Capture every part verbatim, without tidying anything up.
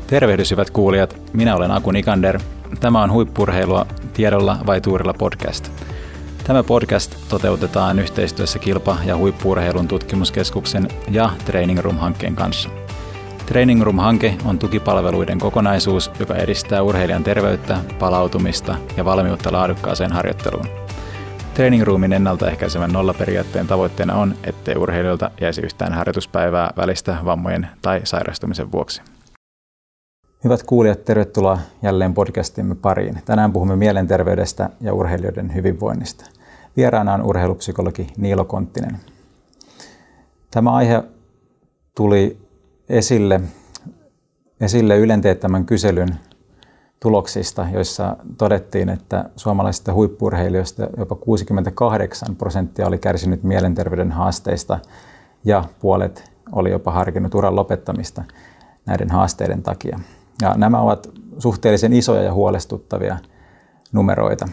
Tervehdys hyvät kuulijat, minä olen Aku Nikander. Tämä on Huippu-urheilua tiedolla vai tuurilla podcast. Tämä podcast toteutetaan yhteistyössä Kilpa- ja Huippu-urheilun tutkimuskeskuksen ja Training Room-hankkeen kanssa. Training Room-hanke on tukipalveluiden kokonaisuus, joka edistää urheilijan terveyttä, palautumista ja valmiutta laadukkaaseen harjoitteluun. Training Roomin ennaltaehkäisevän nollaperiaatteen tavoitteena on, ettei urheilijoilta jäisi yhtään harjoituspäivää välistä vammojen tai sairastumisen vuoksi. Hyvät kuulijat, tervetuloa jälleen podcastimme pariin. Tänään puhumme mielenterveydestä ja urheilijoiden hyvinvoinnista. Vieraana on urheilupsykologi Niilo Konttinen. Tämä aihe tuli esille, esille Ylen teettämän kyselyn tuloksista, joissa todettiin, että suomalaisista huippu-urheilijoista jopa kuusikymmentäkahdeksan prosenttia oli kärsinyt mielenterveyden haasteista ja puolet oli jopa harkinnut uran lopettamista näiden haasteiden takia. Ja nämä ovat suhteellisen isoja ja huolestuttavia numeroita.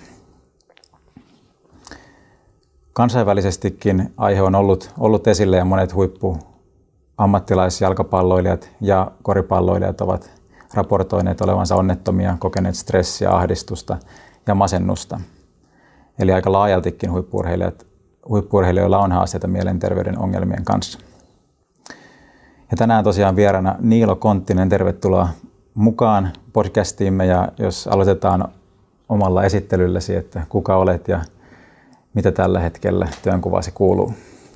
Kansainvälisestikin aihe on ollut, ollut esille ja monet huippuammattilaisjalkapalloilijat ja koripalloilijat ovat raportoineet olevansa onnettomia, kokeneet stressiä, ahdistusta ja masennusta. Eli aika laajaltikin huippu-urheilijat, huippu-urheilijoilla on haasteita mielenterveyden ongelmien kanssa. Ja tänään tosiaan vieraana Niilo Konttinen, tervetuloa mukaan podcastiimme, ja jos aloitetaan omalla esittelylläsi, että kuka olet ja mitä tällä hetkellä työnkuvasi kuuluu?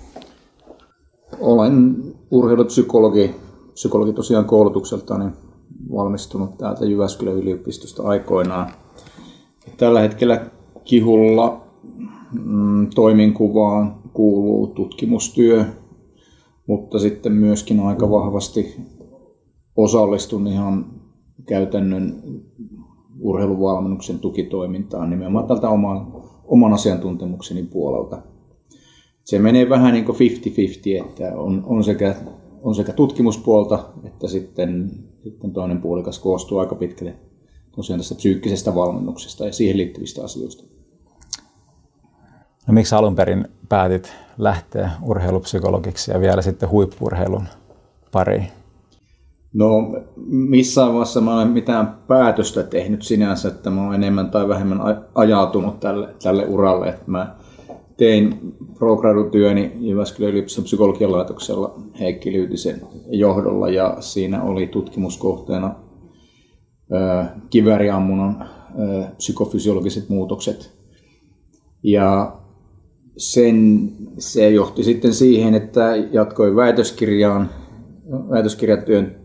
Olen urheilupsykologi, psykologi tosiaan koulutukseltani, valmistunut täältä Jyväskylän yliopistosta aikoinaan. Tällä hetkellä Kihulla mm, toimenkuvaan kuuluu tutkimustyö, mutta sitten myöskin aika vahvasti osallistun ihan käytännön urheiluvalmennuksen tukitoimintaan nimenomaan tältä oman, oman asiantuntemukseni puolelta. Se menee vähän niin kuin viisikymmentä viisikymmentä, että on, on, sekä, on sekä tutkimuspuolta että sitten, sitten toinen puolikas koostuu aika pitkälle tosiaan tästä psyykkisestä valmennuksesta ja siihen liittyvistä asioista. No, miksi alun perin päätit lähteä urheilupsykologiksi ja vielä sitten huippu-urheilun pariin? No, missään vaiheessa mä en ole mitään päätöstä tehnyt sinänsä, että mä olen enemmän tai vähemmän ajautunut tälle, tälle uralle. Että mä tein pro-gradu-työni Jyväskylän yliopiston psykologian laitoksella Heikki Lyytisen johdolla, ja siinä oli tutkimuskohteena ö, kivääriammunnan ö, psykofysiologiset muutokset. Ja sen, se johti sitten siihen, että jatkoin väitöskirjaan, väitöskirjatyön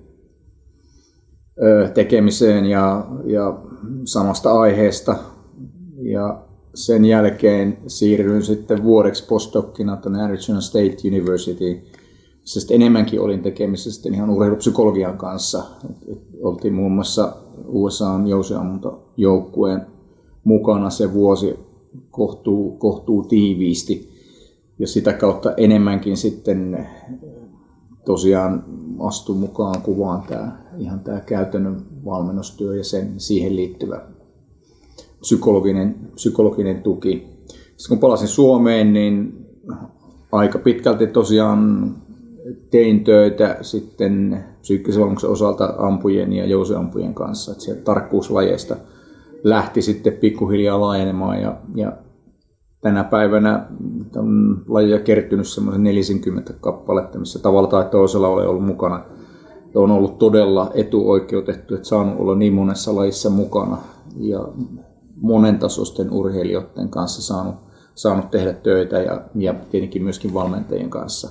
tekemiseen ja, ja samasta aiheesta. Ja sen jälkeen siirryin sitten vuodeksi postdoccina tuonne Arizona State University. Sitten enemmänkin olin tekemisissä sitten ihan urheilupsykologian kanssa. Oltiin muun muassa U S A:n jousiammuntajoukkueen mukana se vuosi kohtuu, kohtuu tiiviisti. Ja sitä kautta enemmänkin sitten tosiaan astui mukaan kuvaan tämä, ihan tämä käytännön valmennustyö ja sen, siihen liittyvä psykologinen, psykologinen tuki. Sitten kun palasin Suomeen, niin aika pitkälti tosiaan tein töitä sitten psyykkisen valmennuksen osalta ampujien ja jousiampujien kanssa. Että sieltä tarkkuuslajeista lähti sitten pikkuhiljaa laajenemaan, ja, ja tänä päivänä on lajia kertynyt semmoisen neljäkymmentä kappaletta, missä tavalla tai toisella olen ollut mukana. Ja on ollut todella etuoikeutettu, että saanut olla niin monessa lajissa mukana ja monentasoisten urheilijoiden kanssa saanut, saanut tehdä töitä ja, ja tietenkin myöskin valmentajien kanssa.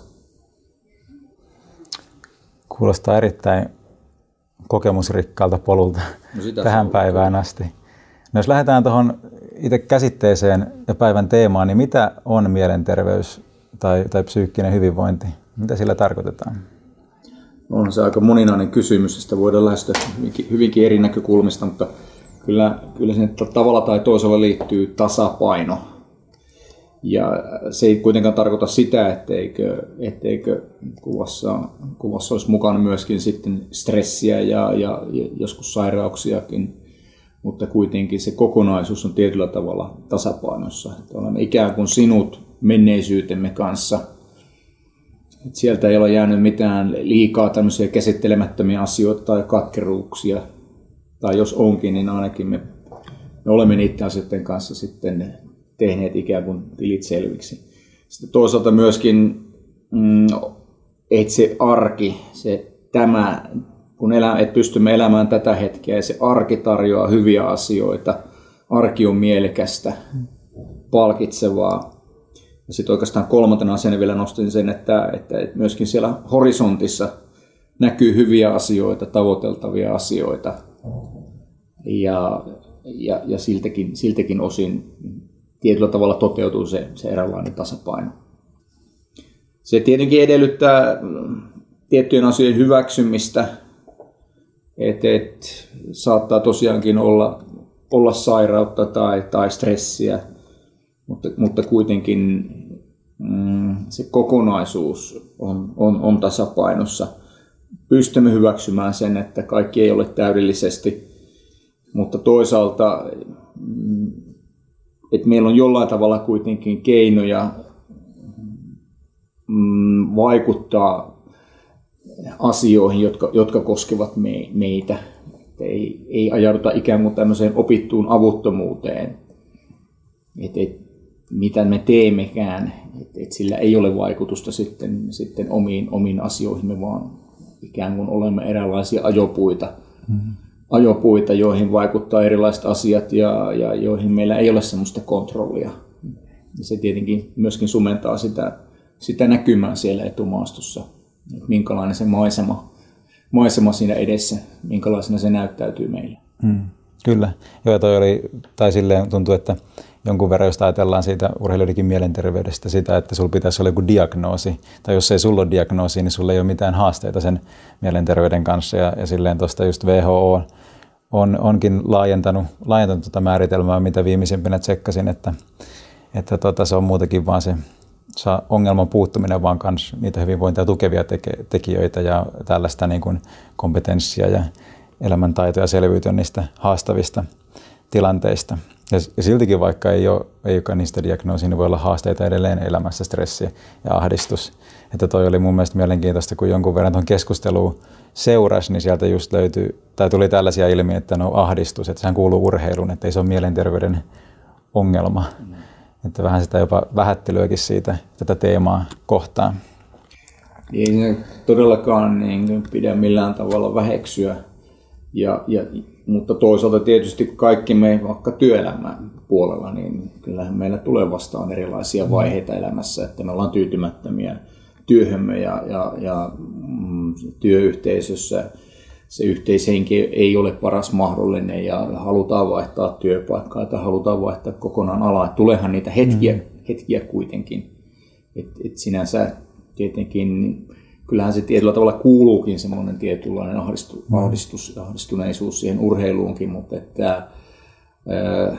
Kuulostaa erittäin kokemusrikkaalta polulta no tähän päivään asti. No, jos lähdetään tuohon itse käsitteeseen ja päivän teemaan, niin mitä on mielenterveys tai, tai psyykkinen hyvinvointi? Mitä sillä tarkoitetaan? On se aika moninainen kysymys, sitä voidaan lähestyä hyvinkin, hyvinkin eri näkökulmista, mutta kyllä, kyllä sen tavalla tai toisella liittyy tasapaino. Ja se ei kuitenkaan tarkoita sitä, etteikö, etteikö kuvassa, kuvassa olisi mukana myöskin sitten stressiä ja, ja, ja joskus sairauksiakin. Mutta kuitenkin se kokonaisuus on tietyllä tavalla tasapainossa. Että olemme ikään kuin sinut menneisyytemme kanssa Et sieltä ei ole jäänyt mitään liikaa tämmöisiä käsittelemättömiä asioita tai katkeruuksia. Tai jos onkin, niin ainakin me, me olemme niiden asioiden kanssa sitten tehneet ikään kuin tilit selviksi. Sitten toisaalta myöskin mm, että se arki, se tämä, kun elä, et pystymme elämään tätä hetkeä ja se arki tarjoaa hyviä asioita, arki on mielekästä, palkitsevaa. Ja sitten oikeastaan kolmantena asiana vielä nostin sen, että, että, että myöskin siellä horisontissa näkyy hyviä asioita, tavoiteltavia asioita. Ja, ja, ja siltäkin, siltäkin osin tietyllä tavalla toteutuu se, se eräänlainen tasapaino. Se tietenkin edellyttää tiettyjen asioiden hyväksymistä, että et, saattaa tosiaankin olla, olla sairautta tai, tai stressiä, mutta, mutta kuitenkin mm, se kokonaisuus on, on, on tasapainossa. Pystymme hyväksymään sen, että kaikki ei ole täydellisesti, mutta toisaalta mm, että meillä on jollain tavalla kuitenkin keinoja mm, vaikuttaa asioihin, jotka, jotka koskevat me, meitä. Ei, ei ajauduta ikään kuin tämmöiseen opittuun avuttomuuteen, että et, mitä me teemmekään, että et sillä ei ole vaikutusta sitten, sitten omiin, omiin asioihimme, vaan ikään kuin olemme eräänlaisia ajopuita. Mm-hmm. ajopuita, joihin vaikuttaa erilaiset asiat ja, ja joihin meillä ei ole semmoista kontrollia. Ja se tietenkin myöskin sumentaa sitä, sitä näkymää siellä etumaastossa, että minkälainen se maisema, maisema siinä edessä, minkälaisena se näyttäytyy meille. Hmm, kyllä. Joo, toi oli, tai silleen tuntuu, että jonkun verran, jos ajatellaan siitä urheilijoidenkin mielenterveydestä sitä, että sulla pitäisi olla joku diagnoosi, tai jos ei sulla ole diagnoosi, niin sulla ei ole mitään haasteita sen mielenterveyden kanssa, ja, ja silleen tuosta just W H O on, onkin laajentanut, laajentanut tuota määritelmää, mitä viimeisimpänä tsekkasin, että, että tota, se on muutenkin vaan se ongelman puuttuminen, vaan myös niitä hyvinvointia tukevia teke, tekijöitä ja tällaista niin kuin kompetenssia ja elämäntaitoja selviytyä niistä haastavista tilanteista. Ja siltikin vaikka ei ole, ei olekaan niistä diagnoosia, niin voi olla haasteita edelleen elämässä, stressi ja ahdistus. Että toi oli mun mielestä mielenkiintoista, kun jonkun verran tuon keskusteluun seurasi, niin sieltä just löytyi, tai tuli tällaisia ilmiä, että no ahdistus, että sehän kuuluu urheiluun, että ei se ole mielenterveyden ongelma. Mm. Että vähän sitä jopa vähättelyäkin siitä, tätä teemaa kohtaan. Ei se todellakaan niin pidä millään tavalla väheksyä. Ja, ja, mutta toisaalta tietysti kaikki me vaikka työelämän puolella, niin kyllähän meillä tulee vastaan erilaisia vaiheita elämässä, että me ollaan tyytymättömiä työhömme ja, ja, ja mm, työyhteisössä se yhteishenki ei ole paras mahdollinen ja halutaan vaihtaa työpaikkaa tai halutaan vaihtaa kokonaan alaa. Tuleehan niitä hetkiä, mm. hetkiä kuitenkin, että et sinänsä tietenkin kyllähän se tietyllä tavalla kuuluukin semmoinen tietynlainen ahdistus, mm. ahdistus, ahdistuneisuus siihen urheiluunkin, mutta että, ää,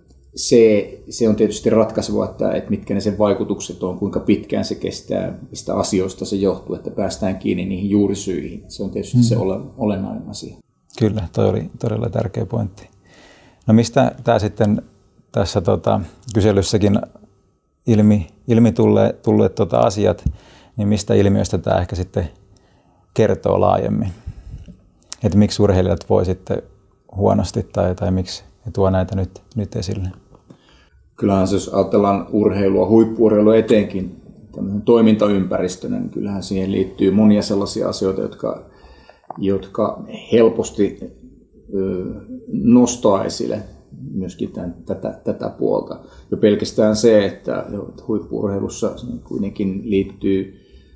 se, se on tietysti ratkaiseva, että, että mitkä ne sen vaikutukset on, kuinka pitkään se kestää, mistä asioista se johtuu, että päästään kiinni niihin juurisyihin. Se on tietysti mm. se ole, olennainen asia. Kyllä, toi oli todella tärkeä pointti. No mistä tämä sitten tässä tota, kyselyssäkin ilmi, ilmi tulleet, tulleet tota asiat, niin mistä ilmiöistä tämä ehkä sitten kertoo laajemmin? Että miksi urheilijat voi sitten huonosti tai, tai miksi he tuo näitä nyt, nyt esille? Kyllähän jos ajatellaan urheilua, huippu-urheilua etenkin toimintaympäristönä, niin kyllähän siihen liittyy monia sellaisia asioita, jotka, jotka helposti ö, nostaa esille myöskin tämän, tätä, tätä puolta. Jo pelkästään se, että huippu-urheilussa kuitenkin liittyy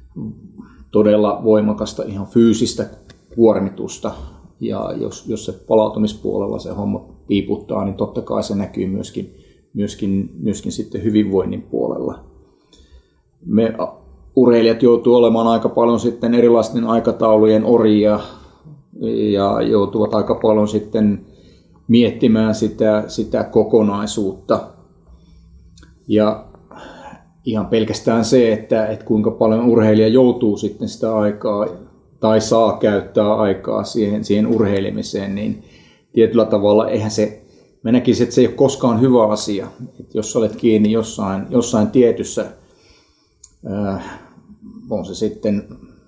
todella voimakasta ihan fyysistä kuormitusta, ja jos, jos se palautumispuolella se homma piiputtaa, niin totta kai se näkyy myöskin, myöskin, myöskin sitten hyvinvoinnin puolella. Me urheilijat joutuu olemaan aika paljon sitten erilaisten aikataulujen orjia ja joutuvat aika paljon sitten miettimään sitä, sitä kokonaisuutta. Ja ihan pelkästään se, että, että kuinka paljon urheilija joutuu sitten sitä aikaa tai saa käyttää aikaa siihen, siihen urheilemiseen, niin tietyllä tavalla eihän se, mä näkisin, että se ei ole koskaan hyvä asia. Että jos olet kiinni jossain, jossain tietyssä äh, on se sitten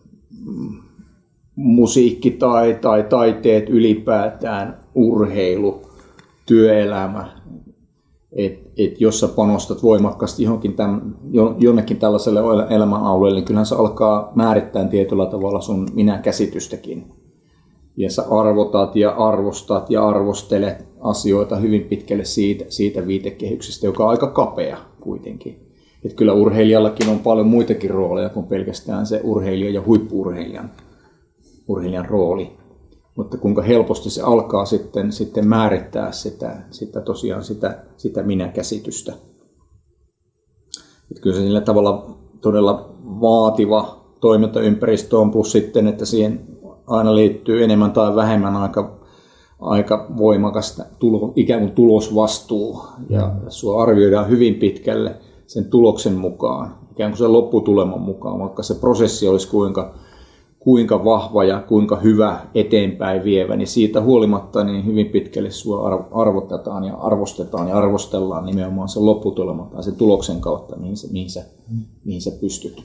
musiikki tai, tai taiteet ylipäätään, urheilu, työelämä, että et jos sä panostat voimakkaasti johonkin tämän, jonnekin tällaiselle elämänalueelle, niin kyllähän se alkaa määrittää tietyllä tavalla sun minä-käsitystäkin. Ja sä arvotat ja arvostat ja arvostelet asioita hyvin pitkälle siitä, siitä viitekehyksestä, joka on aika kapea kuitenkin. Et kyllä urheilijallakin on paljon muitakin rooleja kuin pelkästään se urheilija ja huippu-urheilijan urheilijan rooli. Mutta kuinka helposti se alkaa sitten, sitten määrittää sitä, sitä, tosiaan sitä, sitä minä-käsitystä. Et kyllä se sillä tavalla todella vaativa toimintaympäristö on, plus sitten, että siihen aina liittyy enemmän tai vähemmän aika, aika voimakas tulo, ikään kuin tulosvastuu. Ja sua arvioidaan hyvin pitkälle sen tuloksen mukaan, ikään kuin sen lopputuleman mukaan, vaikka se prosessi olisi kuinka kuinka vahva ja kuinka hyvä eteenpäin vievä, niin siitä huolimatta niin hyvin pitkälle sua arvotetaan ja arvostetaan ja arvostellaan nimenomaan sen lopputuleman tai sen tuloksen kautta, mihin sä, mihin sä, mihin sä pystyt.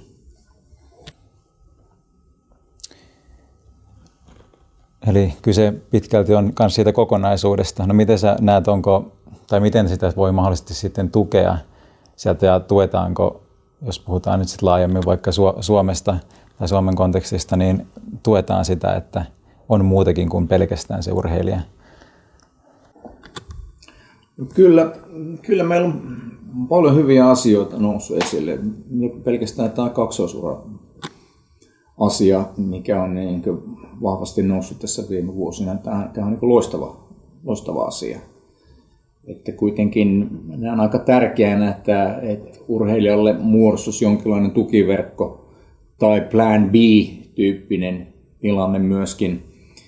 Eli kyse pitkälti on myös siitä kokonaisuudesta. No miten sä näet, onko, tai miten sitä voi mahdollisesti sitten tukea sieltä ja tuetaanko, jos puhutaan nyt sitten laajemmin vaikka Suomesta, tai Suomen kontekstista, niin tuetaan sitä, että on muutakin kuin pelkästään se urheilija? Kyllä, kyllä meillä on paljon hyviä asioita noussut esille. Pelkästään tämä kaksoisura-asia, mikä on niin vahvasti noussut tässä viime vuosina, tämä on niin loistava, loistava asia. Että kuitenkin näen aika tärkeänä, että, että urheilijalle muodostuisi jonkinlainen tukiverkko, tai Plan B-tyyppinen tilanne myöskin.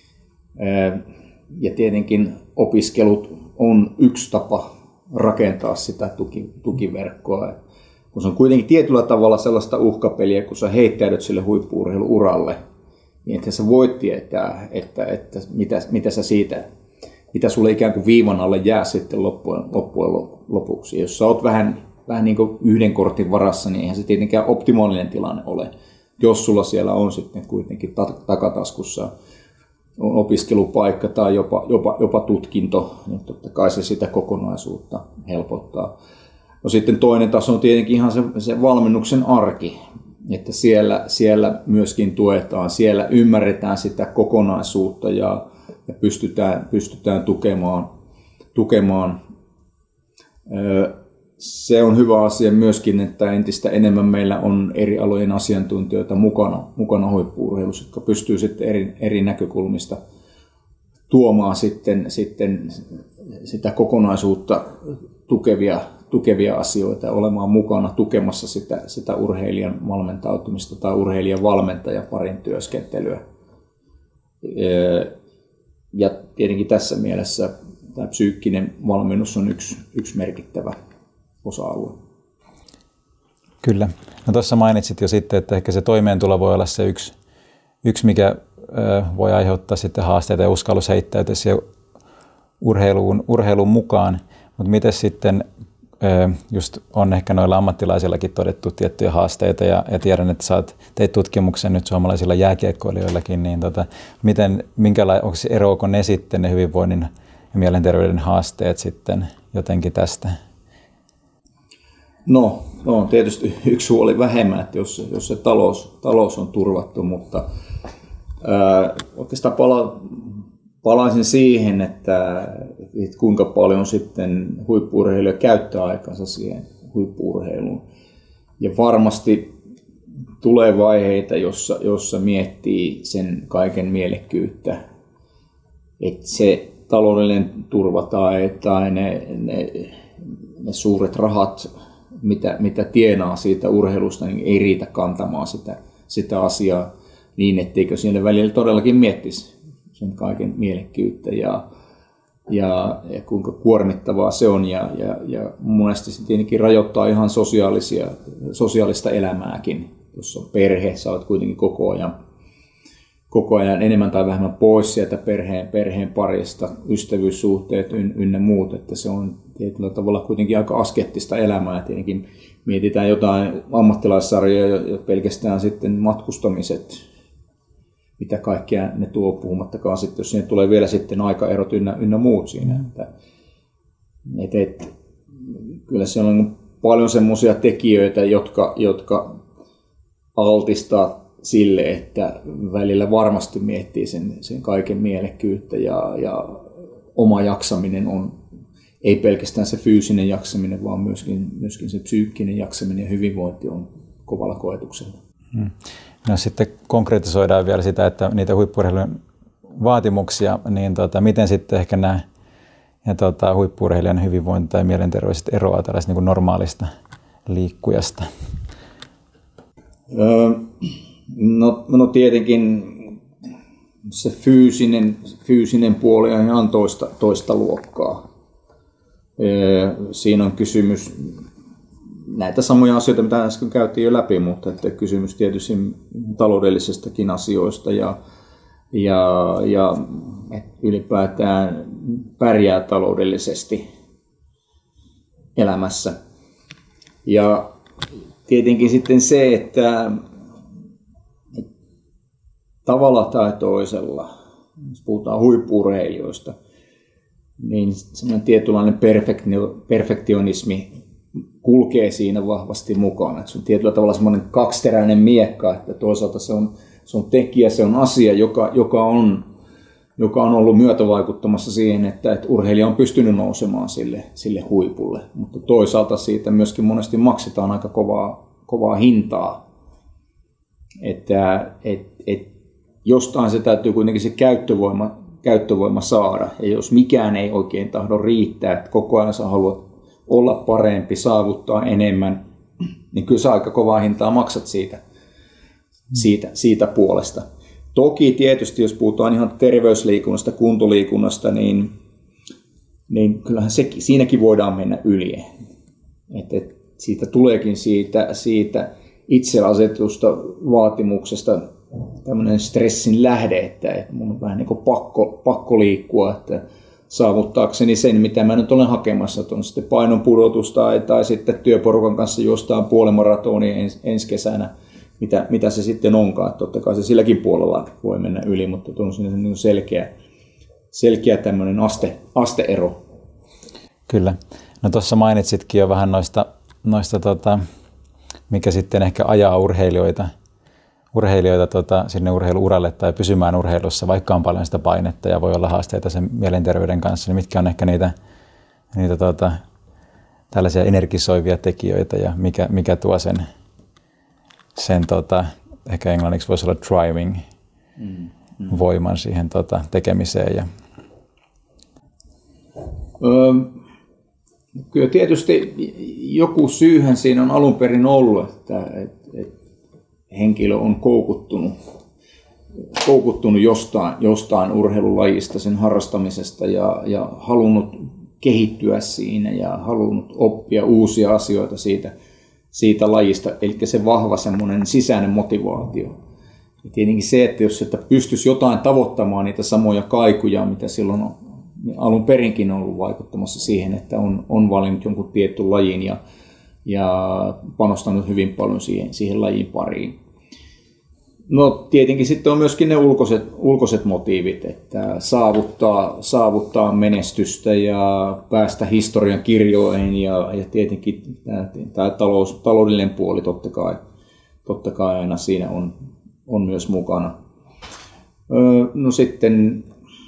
Ja tietenkin opiskelut on yksi tapa rakentaa sitä tuki, tukiverkkoa. Kun se on kuitenkin tietyllä tavalla sellaista uhkapeliä, kun sä heittäydyt sille huippu-urheilu-uralle, niin että sä voit tietää, että, että mitä, mitä sä siitä, mitä sulle ikään kuin viivan alle jää sitten loppujen, loppujen lopuksi. Jos sä oot vähän, vähän niin kuin yhden kortin varassa, niin eihän se tietenkään optimaalinen tilanne ole. Jos sulla siellä on sitten kuitenkin takataskussa on opiskelupaikka tai jopa, jopa, jopa tutkinto, niin totta kai se sitä kokonaisuutta helpottaa. No sitten toinen taso on tietenkin ihan se, se valmennuksen arki, että siellä, siellä myöskin tuetaan, siellä ymmärretään sitä kokonaisuutta ja, ja pystytään, pystytään tukemaan, tukemaan. Se on hyvä asia myöskin, että entistä enemmän meillä on eri alojen asiantuntijoita mukana, mukana huippu-urheilussa, jotka pystyy sitten eri, eri näkökulmista tuomaan sitten, sitten sitä kokonaisuutta tukevia, tukevia asioita ja olemaan mukana tukemassa sitä, sitä urheilijan valmentautumista tai urheilijan valmentajan parin työskentelyä. Ja tietenkin tässä mielessä tämä psyykkinen valmennus on yksi, yksi merkittävä osa-alue. Kyllä. No tuossa mainitsit jo sitten, että ehkä se toimeentulo voi olla se yksi, yksi mikä ö, voi aiheuttaa sitten haasteita ja uskallus heittäytyä siihen urheiluun, urheiluun mukaan. Mutta miten sitten, ö, just on ehkä noilla ammattilaisillakin todettu tiettyjä haasteita ja, ja tiedän, että sä oot, teit tutkimuksen nyt suomalaisilla jääkiekkoilijoillakin, niin tota, miten, minkälainen, onko eroako ne sitten ne hyvinvoinnin ja mielenterveyden haasteet sitten jotenkin tästä? No, no tietysti yksi huoli vähemmän, että jos, jos se talous, talous on turvattu, mutta ää, oikeastaan pala, palaisin siihen, että, että kuinka paljon sitten huippu-urheilija käyttää aikansa siihen huippu-urheiluun. Ja varmasti tulee vaiheita, jossa, jossa miettii sen kaiken mielekkyyttä, että se taloudellinen turva tai, tai ne, ne, ne suuret rahat, Mitä, mitä tienaa siitä urheilusta, niin ei riitä kantamaan sitä, sitä asiaa niin, etteikö siinä välillä todellakin miettisi sen kaiken mielekkyyttä ja, ja, ja kuinka kuormittavaa se on. Ja, ja, ja monesti se tietenkin rajoittaa ihan sosiaalisia, sosiaalista elämääkin. Jos on perhe, sä olet kuitenkin koko ajan, koko ajan enemmän tai vähemmän pois sieltä perheen, perheen parista, ystävyyssuhteet ynnä muut, että se on tietyllä tavalla kuitenkin aika askettista elämää. Tietenkin mietitään jotain ammattilaissarjoja ja pelkästään sitten matkustamiset, mitä kaikkea ne tuo, puhumattakaan sitten, jos siihen tulee vielä sitten aikaerot ynnä, ynnä muut siinä. Että, et, et, kyllä siellä on paljon semmoisia tekijöitä, jotka, jotka altistaa sille, että välillä varmasti miettii sen, sen kaiken mielekkyyttä ja, ja oma jaksaminen on ei pelkästään se fyysinen jaksaminen, vaan myöskin, myöskin se psyykkinen jaksaminen ja hyvinvointi on kovalla koetuksella. Hmm. No sitten konkretisoidaan vielä sitä, että niitä huippu-urheilun vaatimuksia, niin tota, miten sitten ehkä nämä ja tota, huippu-urheilijan hyvinvointi tai mielenterveys eroaa tällaisesta niin kuin normaalista liikkujasta? Öö, no, no tietenkin se fyysinen, fyysinen puoli on ihan toista, toista luokkaa. Öö, siinä on kysymys näitä samoja asioita, mitä äsken käytiin jo läpi, mutta että kysymys tietysti taloudellisestakin asioista ja, ja, ja ylipäätään pärjää taloudellisesti elämässä. Ja tietenkin sitten se, että tavalla tai toisella, jos puhutaan huippu-urheilijoista, niin semmoinen tietynlainen perfektionismi kulkee siinä vahvasti mukana. Että se on tietyllä tavalla semmoinen kaksiteräinen miekka, että toisaalta se on, se on tekijä, se on asia, joka, joka, on, joka on ollut myötävaikuttamassa siihen, että, että urheilija on pystynyt nousemaan sille, sille huipulle. Mutta toisaalta siitä myöskin monesti maksetaan aika kovaa, kovaa hintaa. Että et, et jostain se täytyy kuitenkin se käyttövoima, käyttövoima saada. Ja jos mikään ei oikein tahdo riittää, että koko ajan sä haluat olla parempi, saavuttaa enemmän, niin kyllä sä aika kovaa hintaa maksat siitä, siitä, siitä puolesta. Toki tietysti, jos puhutaan ihan terveysliikunnasta, kuntoliikunnasta, niin, niin kyllähän se, siinäkin voidaan mennä yli. Et, et siitä tuleekin siitä, siitä itse asetusta vaatimuksesta tämmöinen stressin lähde, että et mun on vähän niin kuin pakko, pakko liikkua, että saavuttaakseni sen, mitä mä nyt olen hakemassa, että on sitten painonpudotus tai, tai sitten työporukan kanssa juostaan puolimaratonia ens, ensi kesänä, mitä, mitä se sitten onkaan. Että totta kai se silläkin puolella voi mennä yli, mutta on siinä niin selkeä, selkeä tämmöinen aste, asteero. Kyllä. No tuossa mainitsitkin jo vähän noista, noista tota, mikä sitten ehkä ajaa urheilijoita, urheilijoita tota, sinne urheiluuralle tai pysymään urheilussa, vaikka on paljon sitä painetta ja voi olla haasteita sen mielenterveyden kanssa, niin mitkä on ehkä niitä, niitä tota, tällaisia energisoivia tekijöitä ja mikä, mikä tuo sen, sen tota, ehkä englanniksi voisi olla driving mm, mm. voiman siihen tota, tekemiseen. Ja... Öö, kyllä tietysti joku syyhän siinä on alun perin ollut, että et, et henkilö on koukuttunut, koukuttunut jostain, jostain urheilulajista, sen harrastamisesta ja, ja halunnut kehittyä siinä ja halunnut oppia uusia asioita siitä, siitä lajista, eli se vahva semmoinen sisäinen motivaatio. Ja tietenkin se, että jos että pystyisi jotain tavoittamaan niitä samoja kaikuja, mitä silloin on niin alun perinkin on ollut vaikuttamassa siihen, että on, on valinnut jonkun tietyn lajin ja, ja panostanut hyvin paljon siihen, siihen lajin pariin. No tietenkin sitten on myöskin ne ulkoiset, ulkoiset motiivit, että saavuttaa, saavuttaa menestystä ja päästä historian kirjoihin ja, ja tietenkin tämä, tämä talous, taloudellinen puoli totta kai, totta kai aina siinä on, on myös mukana. No sitten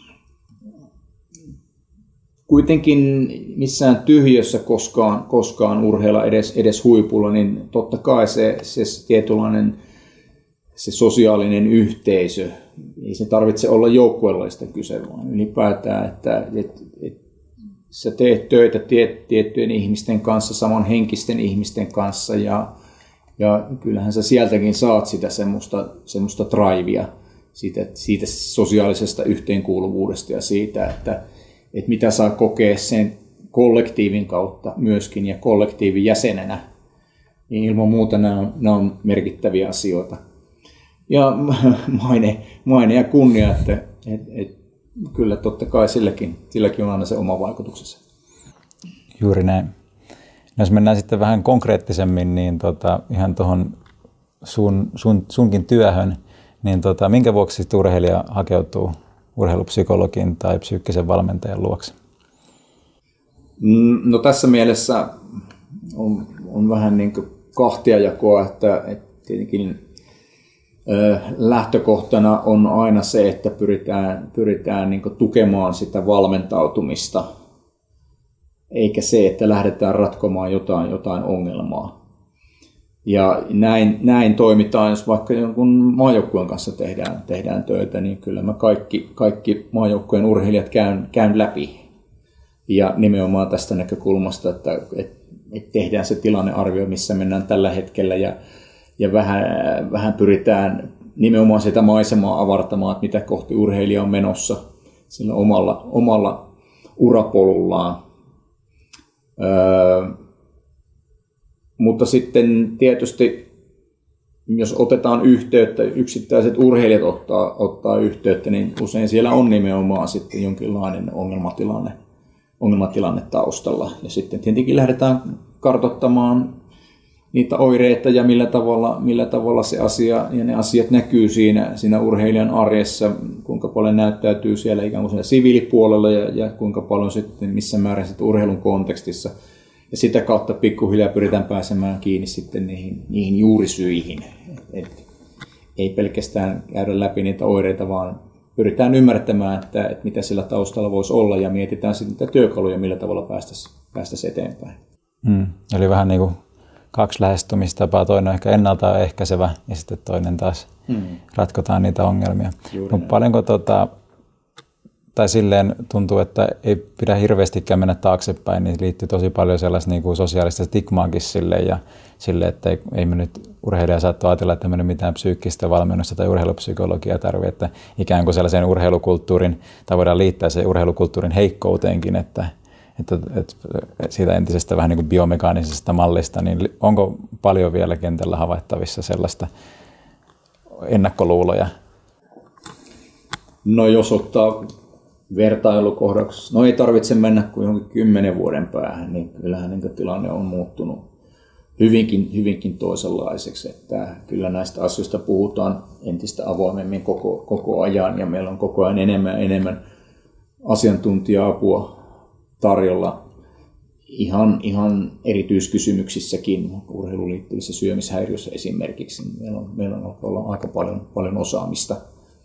kuitenkin missään tyhjössä koskaan, koskaan urheilla edes, edes huipulla, niin totta kai se, se tietynlainen se sosiaalinen yhteisö, ei se tarvitse olla joukkuelaista kyse, vaan ylipäätään, että et, et, sä teet töitä tiet, tiettyjen ihmisten kanssa, samanhenkisten ihmisten kanssa ja, ja kyllähän sä sieltäkin saat sitä semmoista, semmoista drivea siitä, siitä sosiaalisesta yhteenkuuluvuudesta ja siitä, että et mitä saa kokea sen kollektiivin kautta myöskin ja kollektiivin jäsenenä, niin ilman muuta nämä on, nämä on merkittäviä asioita. Ja maine, maine ja kunnia, että et, et, kyllä totta kai silläkin, silläkin on aina se oma vaikutuksensa. Juuri näin. No, jos mennään sitten vähän konkreettisemmin, niin tota, ihan tuohon sun, sun, sunkin työhön, niin tota, minkä vuoksi sit urheilija hakeutuu urheilupsykologin tai psyykkisen valmentajan luokse? No tässä mielessä on, on vähän niin kuin kahtiajakoa, että, että tietenkin ö, lähtökohtana on aina se, että pyritään, pyritään niin kuin tukemaan sitä valmentautumista, eikä se, että lähdetään ratkomaan jotain, jotain ongelmaa. Ja näin, näin toimitaan, jos vaikka jonkun maajoukkueen kanssa tehdään, tehdään töitä, niin kyllä mä kaikki, kaikki maajoukkueen urheilijat käyn, käyn läpi. Ja nimenomaan tästä näkökulmasta, että, että, että tehdään se tilannearvio, missä mennään tällä hetkellä, ja, ja vähän, vähän pyritään nimenomaan sitä maisemaa avartamaan, että mitä kohti urheilija on menossa sillä omalla, omalla urapolullaan. Öö, mutta sitten tietysti, jos otetaan yhteyttä, yksittäiset urheilijat ottaa, ottaa yhteyttä, niin usein siellä on nimenomaan sitten jonkinlainen ongelmatilanne, ongelmatilanne taustalla. Ja sitten tietenkin lähdetään kartoittamaan niitä oireita ja millä tavalla, millä tavalla se asia ja ne asiat näkyy siinä, siinä urheilijan arjessa, kuinka paljon näyttäytyy siellä ikään kuin siellä siviilipuolella ja, ja kuinka paljon sitten missä määrin sitten urheilun kontekstissa. Ja sitä kautta pikkuhiljaa pyritään pääsemään kiinni sitten niihin, niihin juurisyihin. Et ei pelkästään käydä läpi niitä oireita, vaan pyritään ymmärtämään, että, että mitä sillä taustalla voisi olla, ja mietitään sitten niitä työkaluja, millä tavalla päästäisiin päästäisi eteenpäin. Hmm. Eli vähän niin kuin kaksi lähestymistapaa. Toinen on ehkä ennaltaehkäisevä ja sitten toinen taas hmm. ratkotaan niitä ongelmia. No, paljonko tota, tai silleen tuntuu, että ei pidä hirveästikään mennä taaksepäin, niin liittyy tosi paljon sellaista niin kuin sosiaalista stigmaakin silleen, ja silleen, että ei, ei me nyt urheilija saattaa ajatella, että me mitään psyykkistä valmennusta tai urheilupsykologiaa tarvitse, että ikään kuin sellaisen urheilukulttuurin, tai voidaan liittää se urheilukulttuurin heikkouteenkin, että, että, että siitä entisestä vähän niin kuin biomekaanisesta mallista, niin onko paljon vielä kentällä havaittavissa sellaista ennakkoluuloja? No jos ottaa vertailukohdaksi, no ei tarvitse mennä kuin johonkin kymmenen vuoden päähän, niin kyllähän niin tilanne on muuttunut hyvinkin, hyvinkin toisenlaiseksi. Että kyllä näistä asioista puhutaan entistä avoimemmin koko, koko ajan, ja meillä on koko ajan enemmän ja enemmän asiantuntija-apua tarjolla ihan, ihan erityiskysymyksissäkin, urheiluun liittyvissä syömishäiriöissä esimerkiksi. Meillä on, meillä on olla aika paljon, paljon osaamista.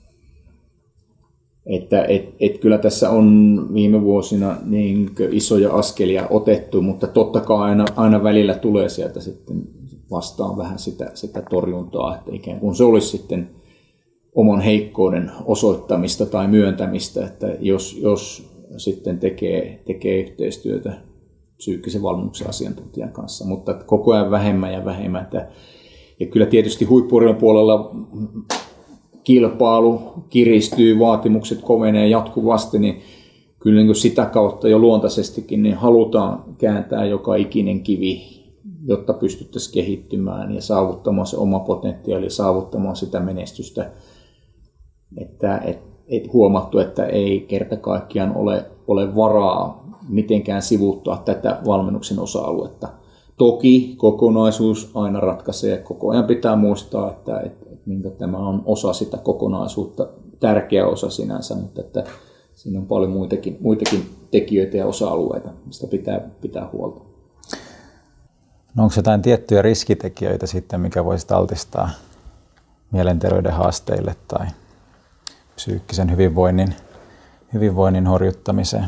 Että et, et kyllä tässä on viime vuosina niin isoja askelia otettu, mutta totta kai aina, aina välillä tulee sieltä sitten vastaan vähän sitä, sitä torjuntaa, että ikään kuin se olisi sitten oman heikkouden osoittamista tai myöntämistä, että jos, jos sitten tekee, tekee yhteistyötä psyykkisen valmennuksen asiantuntijan kanssa, mutta koko ajan vähemmän ja vähemmän. Ja kyllä tietysti huippu-urheilun puolella kilpailu kiristyy, vaatimukset kovenee jatkuvasti, niin kyllä niin kuin sitä kautta jo luontaisestikin niin halutaan kääntää joka ikinen kivi, jotta pystyttäisiin kehittymään ja saavuttamaan se oma potentiaali, saavuttamaan sitä menestystä. Että et, et huomattu, että ei kerta kaikkiaan ole, ole varaa mitenkään sivuuttaa tätä valmennuksen osa-aluetta. Toki kokonaisuus aina ratkaisee, koko ajan pitää muistaa, että, että, että minkä tämä on osa sitä kokonaisuutta, tärkeä osa sinänsä, mutta että siinä on paljon muitakin, muitakin tekijöitä ja osa-alueita, mistä pitää pitää huolta. No onko jotain tiettyjä riskitekijöitä sitten, mikä voisi altistaa mielenterveyden haasteille tai psyykkisen hyvinvoinnin, hyvinvoinnin horjuttamiseen?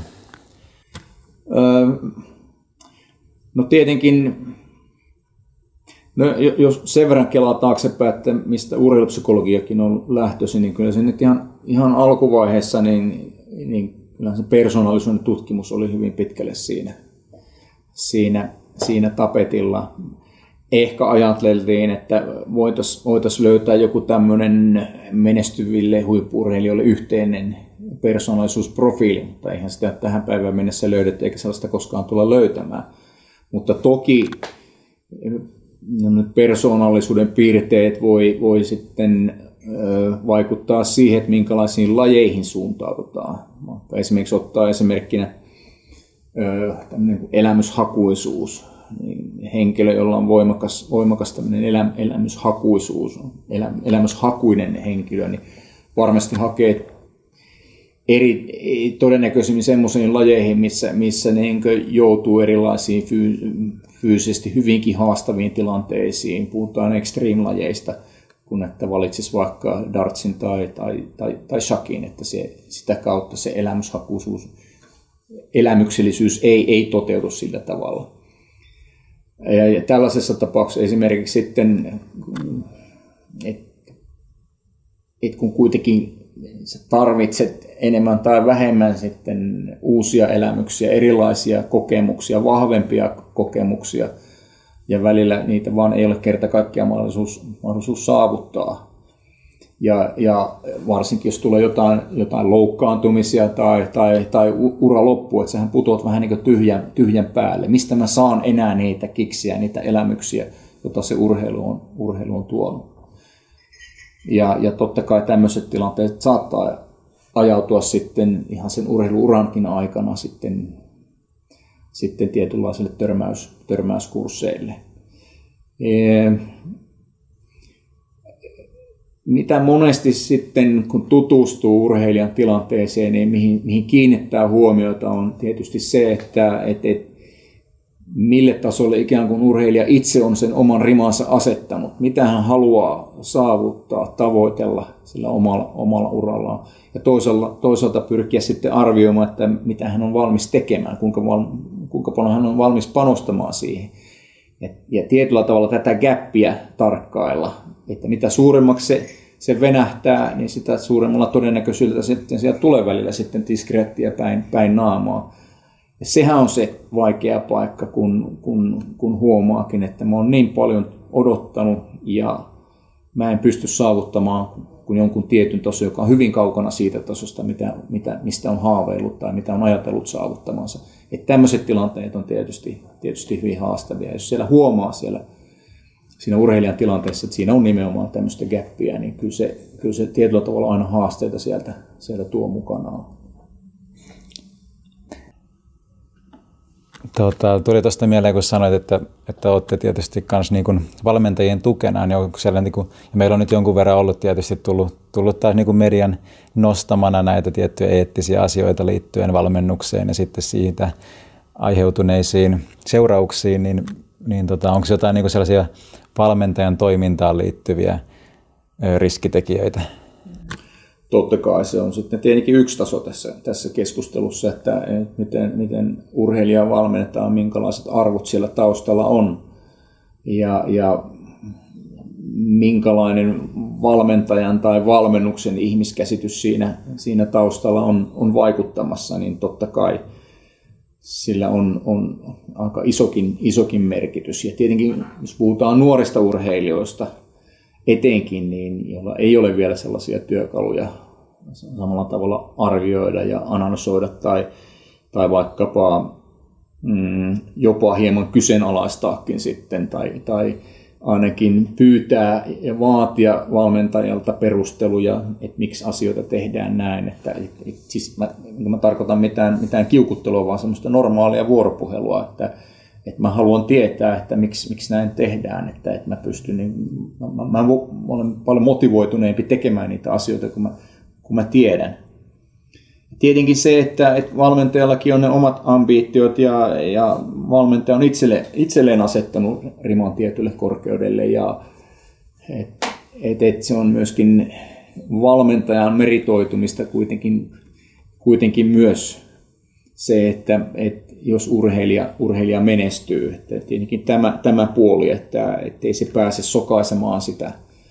Öö, no tietenkin, no jos sen verran kelaa taaksepäin, että mistä urheilupsykologiakin on lähtöisin, niin kyllä se nyt ihan, ihan alkuvaiheessa, niin, niin kyllä se persoonallisuuden tutkimus oli hyvin pitkälle siinä, siinä, siinä tapetilla. Ehkä ajateltiin, että voitaisiin voitais löytää joku tämmöinen menestyville huippu-urheilijoille yhteinen persoonallisuusprofiili, mutta eihän sitä tähän päivään mennessä löydetty, eikä sellaista koskaan tulla löytämään. Mutta toki no, persoonallisuuden piirteet voi, voi sitten ö, vaikuttaa siihen, että minkälaisiin lajeihin suuntaudutaan. Esimerkiksi ottaa esimerkkinä tämmöinen elämyshakuisuus. Niin henkilö, jolla on voimakas, voimakas tämmöinen elä, elämyshakuisuus, elä, elämyshakuinen henkilö, niin varmasti hakee eri, todennäköisemmin semmoisiin lajeihin, missä, missä ne joutuu erilaisiin fyy, fyysisesti hyvinkin haastaviin tilanteisiin. Puhutaan extreme-lajeista, kun että valitsisi vaikka dartsin tai, tai, tai, tai shakin, että se, sitä kautta se elämyshakuisuus, elämyksellisyys ei, ei toteudu sillä tavalla. Ja tällaisessa tapauksessa esimerkiksi sitten, että et kun kuitenkin sä tarvitset enemmän tai vähemmän sitten uusia elämyksiä, erilaisia kokemuksia, vahvempia kokemuksia, ja välillä niitä vaan ei ole kerta kaikkiaan mahdollisuus, mahdollisuus saavuttaa. Ja, ja varsinkin jos tulee jotain, jotain loukkaantumisia tai, tai, tai ura loppuu, että sähän putoat vähän niin kuin tyhjän, tyhjän päälle. Mistä mä saan enää niitä kiksiä, niitä elämyksiä, joita se urheilu on, urheilu on tuonut. Ja, ja totta kai tämmöiset tilanteet saattaa ajautua sitten ihan sen urheiluurankin aikana sitten, sitten tietynlaisille törmäys, törmäyskursseille. E- Mitä monesti sitten, kun tutustuu urheilijan tilanteeseen, niin mihin, mihin kiinnittää huomiota on tietysti se, että et, et, mille tasolle ikään kuin urheilija itse on sen oman rimansa asettanut, mitä hän haluaa saavuttaa, tavoitella sillä omalla, omalla urallaan. Ja toisaalta, toisaalta pyrkiä sitten arvioimaan, että mitä hän on valmis tekemään, kuinka, val, kuinka paljon hän on valmis panostamaan siihen. Ja, ja tietyllä tavalla tätä gäppiä tarkkailla, että mitä suuremmaksi se, se venähtää, niin sitä suuremmalla todennäköisyydellä sitten sieltä tulee välillä sitten diskreettiä päin, päin naamaa. Ja sehän on se vaikea paikka, kun, kun, kun huomaakin, että mä oon niin paljon odottanut ja mä en pysty saavuttamaan kuin jonkun tietyn tason, joka on hyvin kaukana siitä tasosta, mitä, mitä, mistä on haaveillut tai mitä on ajatellut saavuttamansa. Että tämmöiset tilanteet on tietysti, tietysti hyvin haastavia. Jos siellä huomaa siellä siinä urheilijan tilanteessa, että siinä on nimenomaan tämmöistä gäppiä, niin kyllä se, kyllä se tietyllä tavalla aina haasteita sieltä, sieltä tuo mukanaan. Tota, tuli tuosta mieleen, kun sanoit, että, että olette tietysti myös niin kuin valmentajien tukena, niin siellä, niin kuin, ja meillä on nyt jonkun verran ollut tietysti tullut, tullut taas niin kuin median nostamana näitä tiettyjä eettisiä asioita liittyen valmennukseen ja sitten siitä aiheutuneisiin seurauksiin, niin, niin tota, onko jotain niin kuin sellaisia valmentajan toimintaan liittyviä ö, riskitekijöitä? Totta kai se on sitten tietenkin yksi taso tässä, tässä keskustelussa, että, että miten, miten urheilijaa valmennetaan, minkälaiset arvot siellä taustalla on ja, ja minkälainen valmentajan tai valmennuksen ihmiskäsitys siinä, siinä taustalla on, on vaikuttamassa, niin totta kai sillä on, on aika isokin, isokin merkitys. Ja tietenkin, jos puhutaan nuorista urheilijoista etenkin, niin joilla ei ole vielä sellaisia työkaluja samalla tavalla arvioida ja analysoida tai, tai vaikkapa mm, jopa hieman kyseenalaistaakin sitten tai, tai ainakin pyytää ja vaatia valmentajalta perusteluja, että miksi asioita tehdään näin. Että, et, et, siis mä, mä tarkoitan mitään, mitään kiukuttelua, vaan semmoista normaalia vuoropuhelua, että et mä haluan tietää, että miksi, miksi näin tehdään, että, että mä pystyn, niin, mä, mä, mä olen paljon motivoituneempi tekemään niitä asioita, kun mä, kun mä tiedän. Tietenkin se, että, että valmentajallakin on ne omat ambitiot ja, ja valmentaja on itselle, itselleen asettanut riman tietylle korkeudelle ja että et, et se on myöskin valmentajan meritoitumista kuitenkin, kuitenkin myös se, että et jos urheilija, urheilija menestyy, että tietenkin tämä, tämä puoli, että ei se pääse sokaisemaan sitä,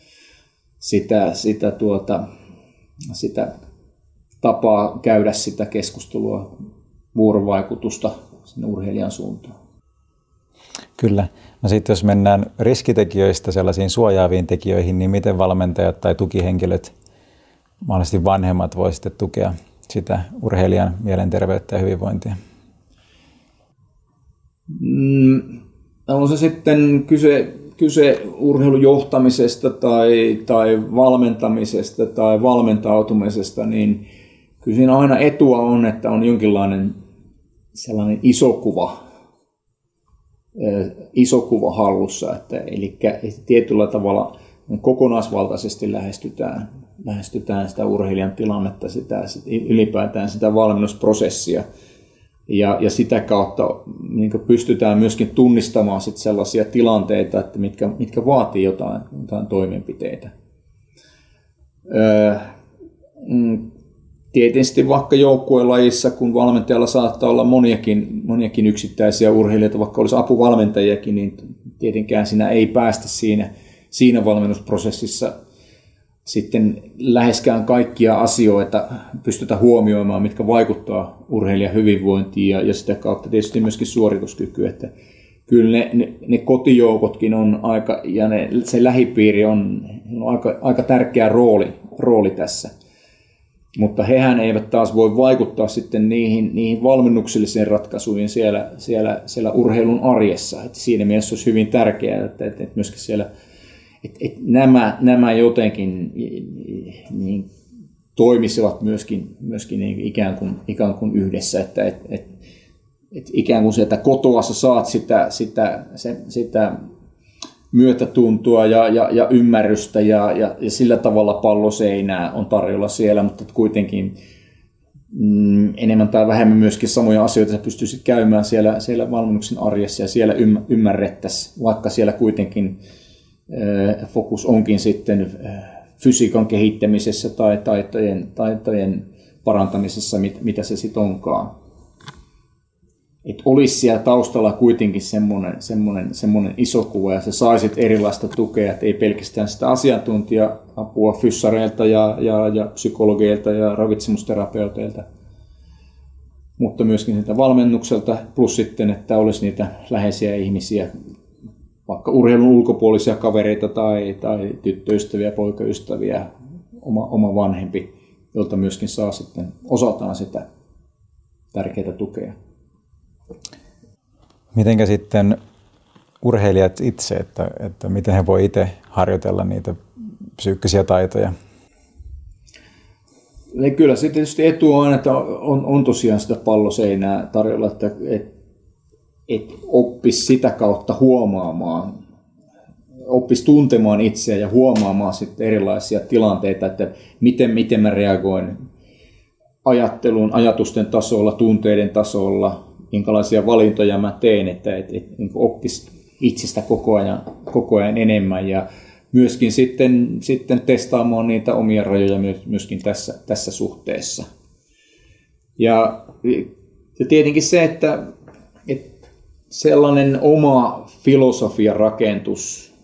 sitä, sitä, tuota, sitä tapaa käydä sitä keskustelua, vuorovaikutusta sinne urheilijan suuntaan. Kyllä. No sitten jos mennään riskitekijöistä sellaisiin suojaaviin tekijöihin, niin miten valmentajat tai tukihenkilöt, mahdollisesti vanhemmat, voi sitten tukea sitä urheilijan mielenterveyttä ja hyvinvointia? Mm, on se sitten kyse, kyse urheilujohtamisesta tai, tai valmentamisesta tai valmentautumisesta, niin kyllä siinä aina etua on, että on jonkinlainen sellainen iso kuva, iso kuva hallussa, että, eli tietyllä tavalla kokonaisvaltaisesti lähestytään, lähestytään sitä urheilijan tilannetta, sitä, ylipäätään sitä valmennusprosessia, ja, ja sitä kautta niin pystytään myöskin tunnistamaan sit sellaisia tilanteita, että mitkä, mitkä vaatii jotain, jotain toimenpiteitä. Öö, Tietysti vaikka joukkuelajissa, kun valmentajalla saattaa olla moniakin, moniakin yksittäisiä urheilijoita, vaikka olisi apuvalmentajiakin, niin tietenkään siinä ei päästä siinä, siinä valmennusprosessissa sitten läheskään kaikkia asioita pystytä huomioimaan, mitkä vaikuttaa urheilijan hyvinvointiin ja, ja sitä kautta tietysti myöskin suorituskyky. Että kyllä ne, ne, ne kotijoukotkin on aika, ja ne, se lähipiiri on, on aika, aika tärkeä rooli, rooli tässä. Mutta hehän eivät taas voi vaikuttaa sitten niihin, niihin valmennuksellisiin ratkaisuihin siellä, siellä, siellä urheilun arjessa. Et siinä mielessä olisi hyvin tärkeää, että, että myöskin siellä, että, että nämä, nämä jotenkin niin, toimisivat myöskin, myöskin niin ikään, kuin, ikään kuin yhdessä. Että, että, että, että ikään kuin sieltä kotoa sä saat sitä, sitä, se, sitä myötätuntoa ja, ja, ja ymmärrystä ja, ja, ja sillä tavalla palloseinää on tarjolla siellä, mutta kuitenkin mm, enemmän tai vähemmän myöskin samoja asioita sä pystyisit käymään siellä, siellä valmennuksen arjessa ja siellä ymmärrettäisiin, vaikka siellä kuitenkin äh, fokus onkin sitten äh, fysiikan kehittämisessä tai taitojen, taitojen parantamisessa, mit, mitä se sitten onkaan. Että olisi siellä taustalla kuitenkin semmoinen, semmoinen, semmoinen iso kuva ja sä saisit erilaista tukea, että ei pelkästään sitä asiantuntija-apua fyssareilta ja, ja, ja psykologeilta ja ravitsemusterapeuteilta, mutta myöskin sitä valmennukselta, plus sitten, että olisi niitä läheisiä ihmisiä, vaikka urheilun ulkopuolisia kavereita tai, tai tyttöystäviä, poikaystäviä, oma, oma vanhempi, jolta myöskin saa sitten osaltaan sitä tärkeää tukea. Mitenkä sitten urheilijat itse, että, että miten he voi itse harjoitella niitä psyykkisiä taitoja? Eli kyllä se tietysti etu on aina, että on, on tosiaan sitä palloseinää tarjolla, että et, et oppisi sitä kautta huomaamaan, oppisi tuntemaan itseä ja huomaamaan sitten erilaisia tilanteita, että miten, miten mä reagoin ajattelun, ajatusten tasolla, tunteiden tasolla, minkälaisia valintoja mä teen, että et, et, niin oppisi itsestä koko ajan, koko ajan enemmän ja myöskin sitten, sitten testaamaan niitä omia rajoja myöskin tässä, tässä suhteessa. Ja, ja tietenkin se, että, että sellainen oma filosofian rakentus,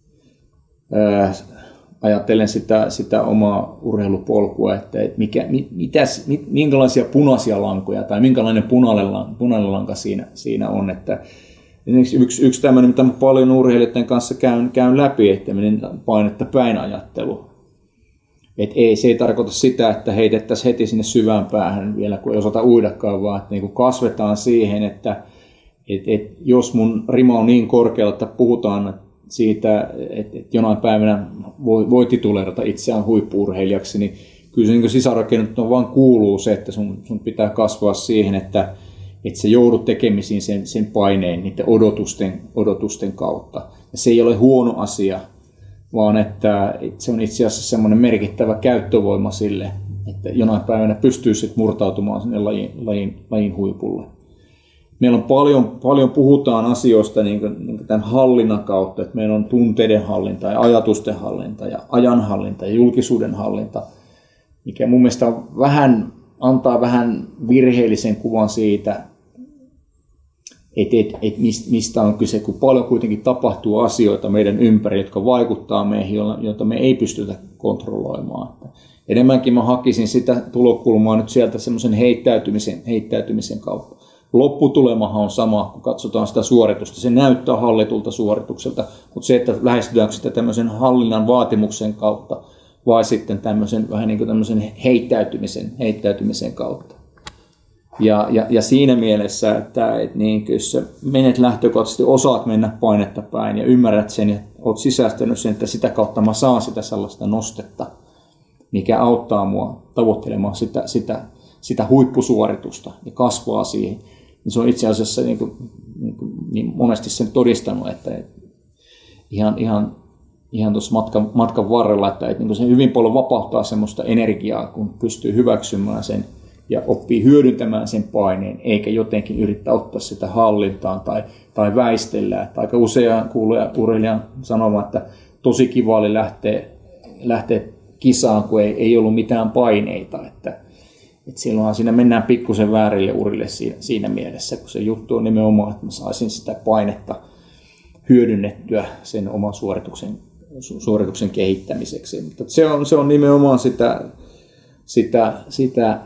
ää, ajattelen sitä, sitä omaa urheilupolkua, että, että mikä, mitäs, minkälaisia punaisia lankoja tai minkälainen punainen lanka siinä, siinä on. Että yksi, yksi tämmöinen, mitä paljon urheilijoiden kanssa käyn, käyn läpi, että tämmöinen painetta päin ajattelu. Et ei, se ei tarkoita sitä, että heitettäisiin heti sinne syvään päähän vielä, kun ei osata uidakaan, vaan että niin kasvetaan siihen, että et, et jos mun rima on niin korkealla, että puhutaan siitä, että jonain päivänä voi, voi tituleerata itseään huippu-urheilijaksi, niin kyllä se niin sisäänrakennettuna vaan kuuluu se, että sun, sun pitää kasvaa siihen, että, että sä joudut tekemisiin sen, sen paineen, niiden odotusten, odotusten kautta. Ja se ei ole huono asia, vaan että, että se on itse asiassa semmoinen merkittävä käyttövoima sille, että jonain päivänä pystyy sitten murtautumaan sinne lajin, lajin, lajin huipulle. Meillä on paljon, paljon puhutaan asioista niin kuin, niin kuin tämän hallinnan kautta, että meillä on tunteiden hallinta ja ajatusten hallinta ja ajanhallinta ja julkisuuden hallinta, mikä mun mielestä vähän, antaa vähän virheellisen kuvan siitä, että et, et mistä on kyse, kun paljon kuitenkin tapahtuu asioita meidän ympäri, jotka vaikuttaa meihin, joita me ei pystytä kontrolloimaan. Enemmänkin mä hakisin sitä tulokulmaa nyt sieltä semmoisen heittäytymisen, heittäytymisen kautta. Lopputulemahan on sama, kun katsotaan sitä suoritusta. Se näyttää hallitulta suoritukselta, mutta se, että lähestytäänkö sitä tämmöisen hallinnan vaatimuksen kautta vai sitten tämmöisen vähän niin kuin tämmöisen heittäytymisen, heittäytymisen kautta. Ja, ja, ja siinä mielessä, että, että niin kyllä sä menet lähtökohtaisesti, osaat mennä painetta päin ja ymmärrät sen ja olet sisäistänyt sen, että sitä kautta mä saan sitä sellaista nostetta, mikä auttaa mua tavoittelemaan sitä, sitä, sitä huippusuoritusta ja kasvaa siihen. niin se on itse asiassa niin kuin, niin kuin, niin monesti sen todistanut, että ihan, ihan, ihan tuossa matkan, matkan varrella, että, että niin kuin se hyvin paljon vapauttaa semmoista energiaa, kun pystyy hyväksymään sen ja oppii hyödyntämään sen paineen, eikä jotenkin yrittää ottaa sitä hallintaan tai, tai väistellä. Että aika usein kuulee urheilijan sanomaan, että tosi kiva oli lähteä, lähteä kisaan, kun ei, ei ollut mitään paineita. Että, että silloinhan siinä mennään pikkusen väärille urille siinä, siinä mielessä, kun se juttu on nimenomaan, että mä saisin sitä painetta hyödynnettyä sen oman suorituksen, suorituksen kehittämiseksi. Mutta se on, se on nimenomaan sitä, sitä, sitä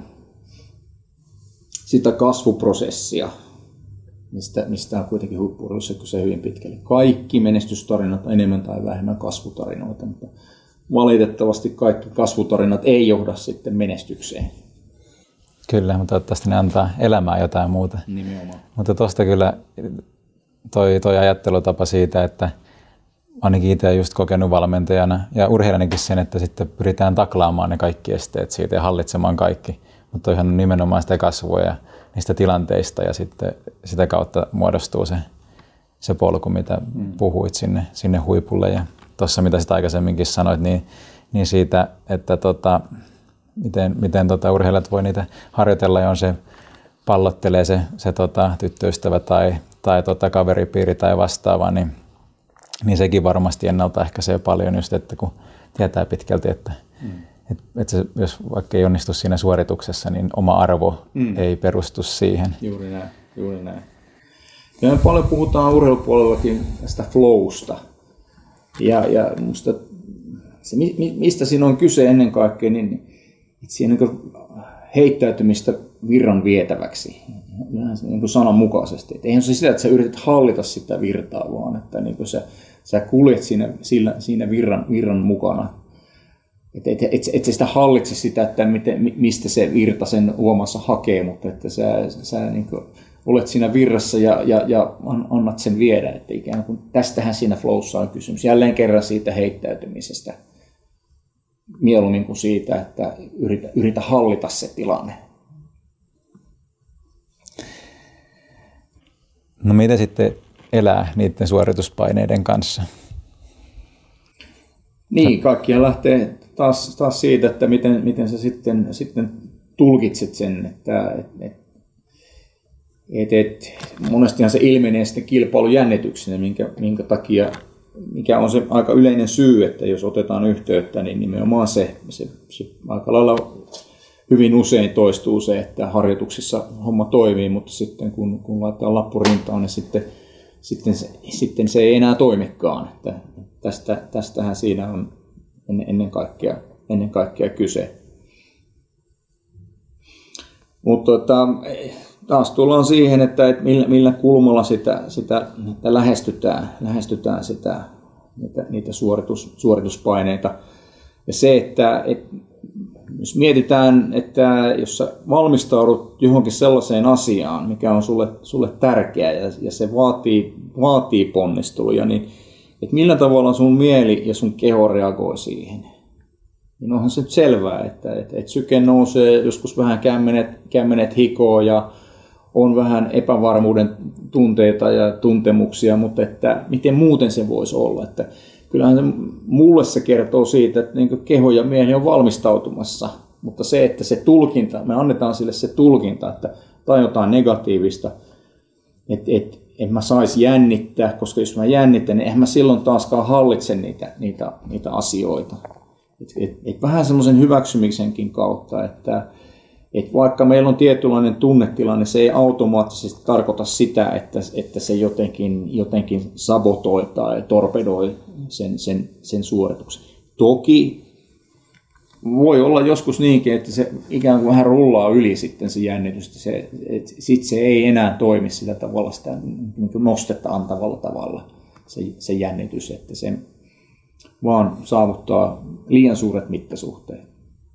sitä kasvuprosessia, mistä, mistä on kuitenkin huippu-urheilussa kyse hyvin pitkälle. Kaikki menestystarinat on enemmän tai vähemmän kasvutarinoita, mutta valitettavasti kaikki kasvutarinat ei johda sitten menestykseen. Kyllä, mutta toivottavasti ne antaa elämään jotain muuta. Nimenomaan. Mutta tuosta kyllä toi, toi ajattelutapa siitä, että ainakin itse just kokenut valmentajana ja urheilijanakin sen, että sitten pyritään taklaamaan ne kaikki esteet siitä ja hallitsemaan kaikki. Mutta ihan nimenomaan sitä kasvua ja niistä tilanteista ja sitten sitä kautta muodostuu se, se polku, mitä mm. puhuit sinne, sinne huipulle. Ja tuossa mitä sitä aikaisemminkin sanoit, niin, niin siitä, että tota, miten, miten tota urheilijat voi niitä harjoitella ja on se pallottelee se, se tota, tyttöystävä tai, tai tota, kaveripiiri tai vastaava, niin, niin sekin varmasti ennaltaehkäisee paljon just, että kun tietää pitkälti, että mm. Et, et se, jos vaikka ei onnistu siinä suorituksessa, niin oma arvo mm. ei perustu siihen. Juuri näin, juuri näin. Ja me paljon puhutaan urheilupuolellakin tästä flowsta. Ja, ja musta se, mistä siinä on kyse ennen kaikkea, niin, että siinä on heittäytymistä virran vietäväksi. Niin kuin sananmukaisesti. Et eihän se sitä, että sä yrität hallita sitä virtaa, vaan että niin sä, sä kuljet siinä, siinä virran, virran mukana. Että et, et, et sä sitä hallitse sitä, että miten, mistä se virta sen uomassa hakee, mutta että sä, sä niin kuin olet siinä virrassa ja, ja, ja annat sen viedä. Että ikään kuin tästähän siinä flowssa on kysymys. Jälleen kerran siitä heittäytymisestä. Mieluummin kuin siitä, että yritä, yritä hallita se tilanne. No miten sitten elää niiden suorituspaineiden kanssa? Niin, kaikkia lähtee taas, taas siitä, että miten, miten sä sitten, sitten tulkitset sen, että et, et, et, et, monestihan se ilmenee sitten kilpailujännityksenä, minkä, minkä takia, mikä on se aika yleinen syy, että jos otetaan yhteyttä, niin nimenomaan se, se, se aika lailla hyvin usein toistuu se, että harjoituksissa homma toimii, mutta sitten kun, kun laittaa lappu rintaan, niin sitten, sitten, se, sitten se ei enää toimikaan. Että tästä, tästähän siinä on ennen kaikkea, ennen kaikkea kyse. Mutta tota, taas tullaan siihen, että millä, millä kulmalla sitä, sitä, sitä lähestytään, lähestytään sitä, niitä, niitä suoritus, suorituspaineita. Ja se, että et, jos mietitään, että jos sä valmistaudut johonkin sellaiseen asiaan, mikä on sulle, sulle tärkeää ja, ja se vaatii, vaatii ponnisteluja, niin että millä tavalla sun mieli ja sun keho reagoi siihen. Niin onhan se nyt selvää, että et, et syke nousee, joskus vähän kämmenet, kämmenet hikoo ja on vähän epävarmuuden tunteita ja tuntemuksia, mutta että miten muuten se voisi olla. Että kyllähän se, mulle se kertoo siitä, että niin keho ja mieli on valmistautumassa, mutta se, että se tulkinta, me annetaan sille se tulkinta, että tai jotain negatiivista, että et, en mä saisi jännittää, koska jos mä jännitän, niin eihän mä silloin taaskaan hallitse niitä, niitä, niitä asioita. Et, et, et vähän semmoisen hyväksymisenkin kautta, että et vaikka meillä on tietynlainen tunnetilanne, se ei automaattisesti tarkoita sitä, että, että se jotenkin, jotenkin sabotoi tai torpedoi sen, sen, sen suorituksen. Toki voi olla joskus niinkin, että se ikään kuin vähän rullaa yli sitten se jännitys, se, sitten se ei enää toimi sillä tavalla, sitä niin kuin nostetaan tavalla tavalla se, se jännitys, että se vaan saavuttaa liian suuret mittasuhteet.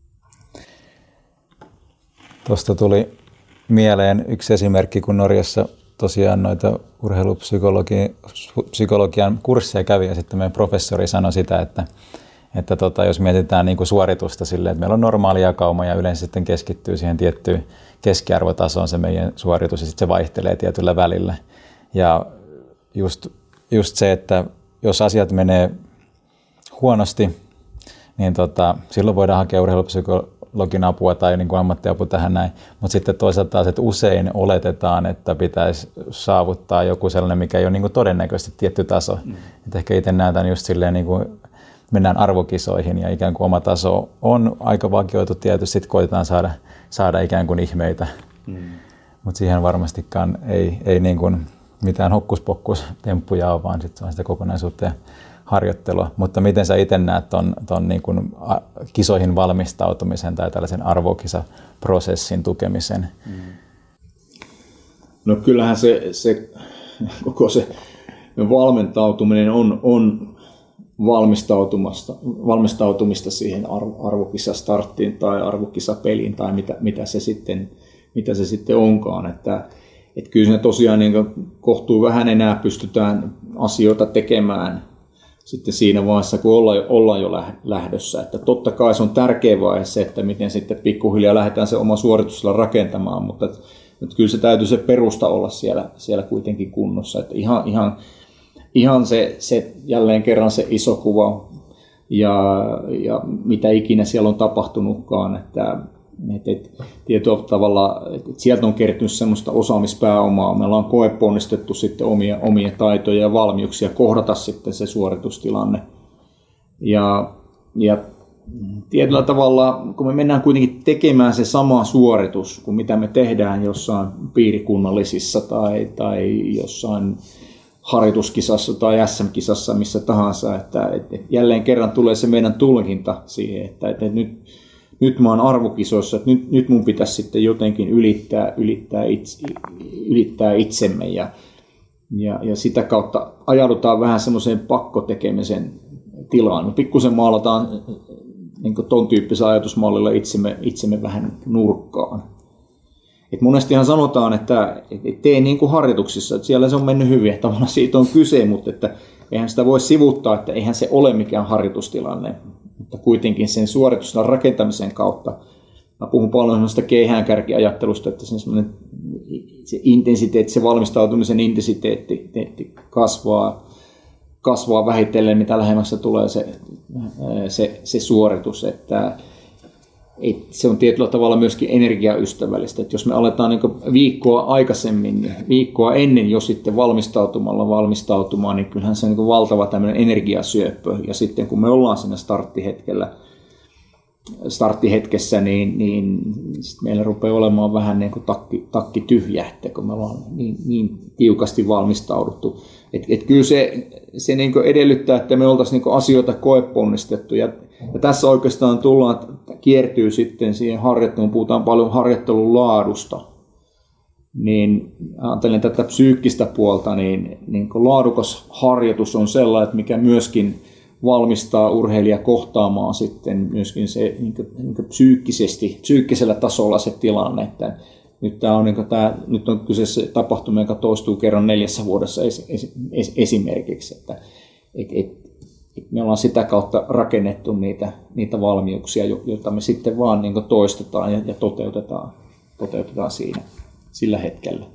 Tuosta tuli mieleen yksi esimerkki, kun Norjassa tosiaan noita urheilupsykologian kursseja kävi ja sitten meidän professori sanoi sitä, että, Että tota, jos mietitään niin kuin suoritusta silleen, että meillä on normaalia kauma ja yleensä sitten keskittyy siihen tiettyyn keskiarvotasoon se meidän suoritus ja sitten se vaihtelee tietyllä välillä. Ja just, just se, että jos asiat menee huonosti, niin tota, silloin voidaan hakea urheilupsykologin apua tai niin kuin ammattiapua tähän näin. Mutta sitten toisaalta taas, että usein oletetaan, että pitäisi saavuttaa joku sellainen, mikä ei ole niin kuin todennäköisesti tietty taso. Mm. Että ehkä itse näytän just silleen, niin kuin mennään arvokisoihin ja ikään kuin oma taso on aika vakioitu tietysti, sitten koitetaan saada, saada ikään kuin ihmeitä. Mm. Mutta siihen varmastikaan ei, ei niin kuin mitään hokkuspokkus-temppuja ole, vaan sit se on sitä kokonaisuutta ja harjoittelua. Mutta miten sä itse näet ton, ton niin kuin kisoihin valmistautumisen tai tällaisen arvokisaprosessin tukemisen? Mm. No kyllähän se, se koko se valmentautuminen on, on valmistautumista, valmistautumista siihen arvokisastarttiin tai arvokisapeliin tai mitä, mitä, se sitten, mitä se sitten onkaan. Että, että kyllä siinä tosiaan niin kohtuu vähän enää pystytään asioita tekemään sitten siinä vaiheessa, kun ollaan, ollaan jo lähdössä. Että totta kai se on tärkeä vaihe se, että miten sitten pikkuhiljaa lähdetään se oma suoritusilla rakentamaan, mutta että, että kyllä se täytyy se perusta olla siellä, siellä kuitenkin kunnossa. Että ihan, ihan, ihan se, se jälleen kerran se iso kuva ja, ja mitä ikinä siellä on tapahtunutkaan, että Et, et, tietyllä tavalla, et sieltä on kertynyt semmoista osaamispääomaa. Me ollaan koeponnistettu sitten omia, omia taitoja ja valmiuksia kohdata sitten se suoritustilanne. Ja, ja tietyllä tavalla, kun me mennään kuitenkin tekemään se sama suoritus kuin mitä me tehdään jossain piirikunnallisissa tai, tai jossain harjoituskisassa tai S M-kisassa, missä tahansa, että et, et jälleen kerran tulee se meidän tulkinta siihen, että et, et nyt Nyt mä oon arvokisoissa, että nyt, nyt mun pitäisi sitten jotenkin ylittää, ylittää, itse, ylittää itsemme ja, ja, ja sitä kautta ajaudutaan vähän semmoiseen pakkotekemisen tilaan. Me pikkusen maalataan niin kuin ton tyyppisellä ajatusmallilla itsemme, itsemme vähän nurkkaan. Et monestihan sanotaan, että et tee niin kuin harjoituksissa, että siellä se on mennyt hyvin, että tavallaan siitä on kyse, mutta että eihän sitä voi sivuttaa, että eihän se ole mikään harjoitustilanne. Mutta kuitenkin sen suoritusten rakentamisen kautta, mä puhun paljon sellaista keihäänkärkiajattelusta, että se, se intensiteetti, se valmistautumisen intensiteetti kasvaa, kasvaa vähitellen, mitä lähemmässä tulee se, se, se suoritus. Että, et se on tietyllä tavalla myöskin energiaystävällistä. Että jos me aletaan niin viikkoa aikaisemmin, niin viikkoa ennen jo sitten valmistautumalla valmistautumaan, niin kyllähän se on niin valtava tämmöinen energiasyöppö. Ja sitten kun me ollaan siinä starttihetkellä, starttihetkessä, niin, niin meillä rupeaa olemaan vähän niin kuin takki, takki tyhjä, että kun me ollaan niin, niin tiukasti valmistauduttu. Et, et kyllä se, se niin kuin edellyttää, että me oltaisiin niin kuin asioita koeponnistettu. Ja, ja tässä oikeastaan tullaan, kiertyy sitten siihen harjoitteluun, puhutaan paljon harjoittelun laadusta. Niin ajattelen tätä psyykkistä puolta, niin, niin kuin laadukas harjoitus on sellainen, että mikä myöskin valmistaa urheilija kohtaamaan sitten myöskin se niin kuin, niin kuin psyykkisesti, psyykkisellä tasolla se tilanne, että nyt, tämä on, niin kuin, tämä, nyt on kyseessä tapahtuma, joka toistuu kerran neljässä vuodessa es, es, es, esimerkiksi, että et, et, et me ollaan sitä kautta rakennettu niitä, niitä valmiuksia, joita me sitten vaan niin kuin toistetaan ja, ja toteutetaan, toteutetaan siinä, sillä hetkellä.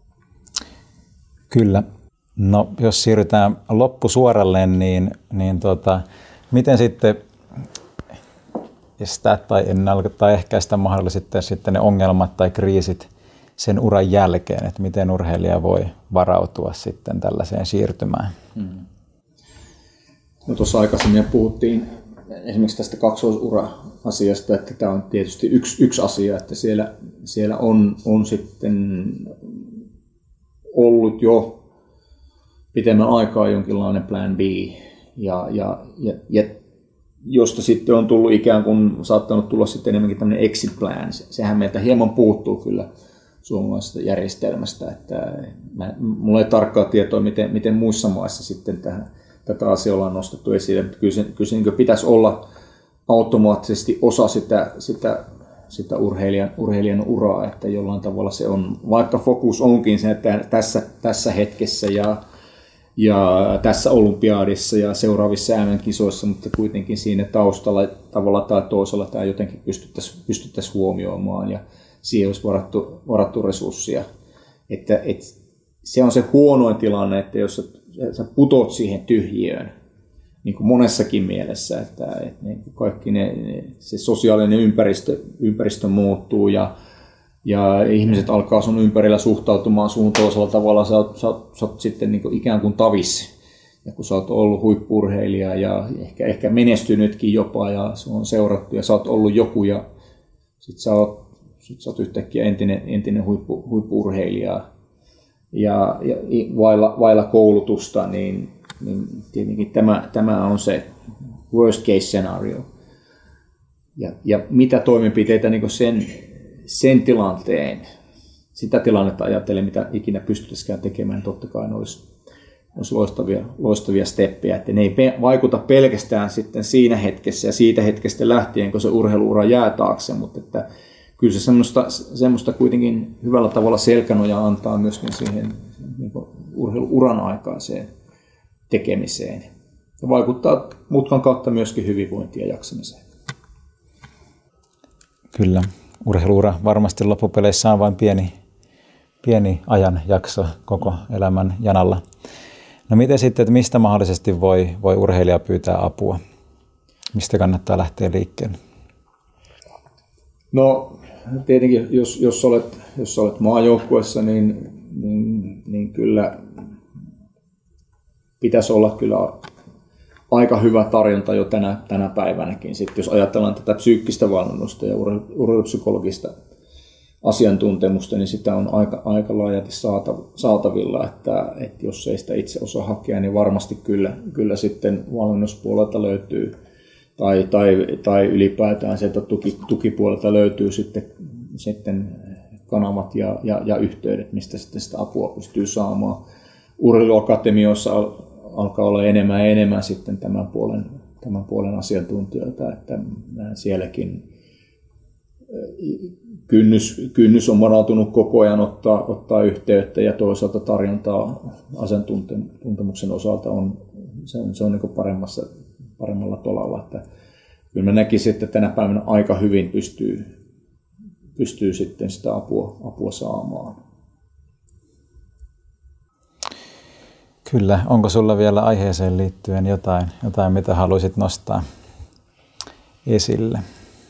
Kyllä. No, jos siirrytään loppusuoralle, niin, niin tota, miten sitten estää tai ennalta tai ehkäistä mahdollisesti sitten ne ongelmat tai kriisit sen uran jälkeen, että miten urheilija voi varautua sitten tällaiseen siirtymään? Hmm. No, tuossa aikaisemmin puhuttiin esimerkiksi tästä kaksoisura-asiasta, että tämä on tietysti yksi, yksi asia, että siellä, siellä on, on sitten ollut jo pitemmän aikaa jonkinlainen plan B, ja, ja, ja, ja josta sitten on tullut ikään kuin, saattanut tulla sitten enemmänkin tämmöinen exit plan. Sehän meiltä hieman puuttuu kyllä suomalaisesta järjestelmästä, että mä, mulla ei tarkkaa tietoa, miten, miten muissa maissa sitten tähän, tätä asiaa ollaan nostettu esille, mutta kyllä se, kyllä se niin pitäisi olla automaattisesti osa sitä, sitä, sitä urheilijan, urheilijan uraa, että jollain tavalla se on, vaikka fokus onkin se, että tässä, tässä hetkessä ja ja tässä olympiadissa ja seuraavissa M M-kisoissa, mutta kuitenkin siinä taustalla tavalla tai toisella tämä jotenkin pystyttäisiin pystyttäisi huomioimaan ja siihen olisi varattu, varattu resursseja. Että, että se on se huonoin tilanne, että jos sä, sä putot siihen tyhjiöön, niin kuin monessakin mielessä, että, että ne, kaikki ne, se sosiaalinen ympäristö, ympäristö muuttuu ja, ja ihmiset alkaa sun ympärillä suhtautumaan sun toisella tavalla, sä oot, sä oot, sä oot sitten niin kuin ikään kuin tavis. Ja kun sä oot ollut huippu-urheilija ja ehkä, ehkä menestynytkin jopa ja se on seurattu ja sä oot ollut joku ja sit sä oot, sit sä oot yhtäkkiä entinen, entinen huippu, huippu-urheilija ja, ja vailla, vailla koulutusta, niin, niin tietenkin tämä, tämä on se worst case scenario. Ja, ja mitä toimenpiteitä niin sen, sen tilanteen, sitä tilannetta ajatellen, mitä ikinä pystyttäisikään tekemään, totta kai ne olisi, olisi loistavia, loistavia steppejä, että ne ei pe- vaikuta pelkästään sitten siinä hetkessä ja siitä hetkestä lähtien, kun se urheiluura jää taakse, mutta että kyllä se semmoista, semmoista kuitenkin hyvällä tavalla selkänojaa antaa myöskin siihen niin kuin urheiluuran aikaiseen tekemiseen. Ja vaikuttaa mutkan kautta myöskin hyvinvointiin ja jaksamiseen. Kyllä. Urheiluura varmasti loppupeleissä on vain pieni, pieni ajanjakso koko elämän janalla. No miten sitten, että mistä mahdollisesti voi, voi urheilija pyytää apua? Mistä kannattaa lähteä liikkeelle? No tietenkin, jos, jos, olet, jos olet maajoukkueessa, niin, niin, niin kyllä pitäisi olla kyllä aika hyvä tarjonta jo tänä, tänä päivänäkin. Sitten jos ajatellaan tätä psyykkistä valmennusta ja urheilupsykologista asiantuntemusta, niin sitä on aika, aika laajalti saatavilla, että, että jos ei sitä itse osaa hakea, niin varmasti kyllä, kyllä sitten valmennuspuolelta löytyy tai, tai, tai ylipäätään sieltä tuki, tukipuolelta löytyy sitten, sitten kanavat ja, ja, ja yhteydet, mistä sitten sitä apua pystyy saamaan. Urheiluakatemioissa alkaa olla enemmän ja enemmän sitten tämän puolen, tämän puolen asiantuntijoita, että sielläkin kynnys, kynnys on varautunut koko ajan ottaa, ottaa yhteyttä ja toisaalta tarjontaa asiantuntemuksen osalta on, se on, se on niin paremmassa, paremmalla tolalla. Että kyllä mä näkisin, että tänä päivänä aika hyvin pystyy, pystyy sitten sitä apua, apua saamaan. Kyllä. Onko sulla vielä aiheeseen liittyen jotain, jotain mitä haluaisit nostaa esille?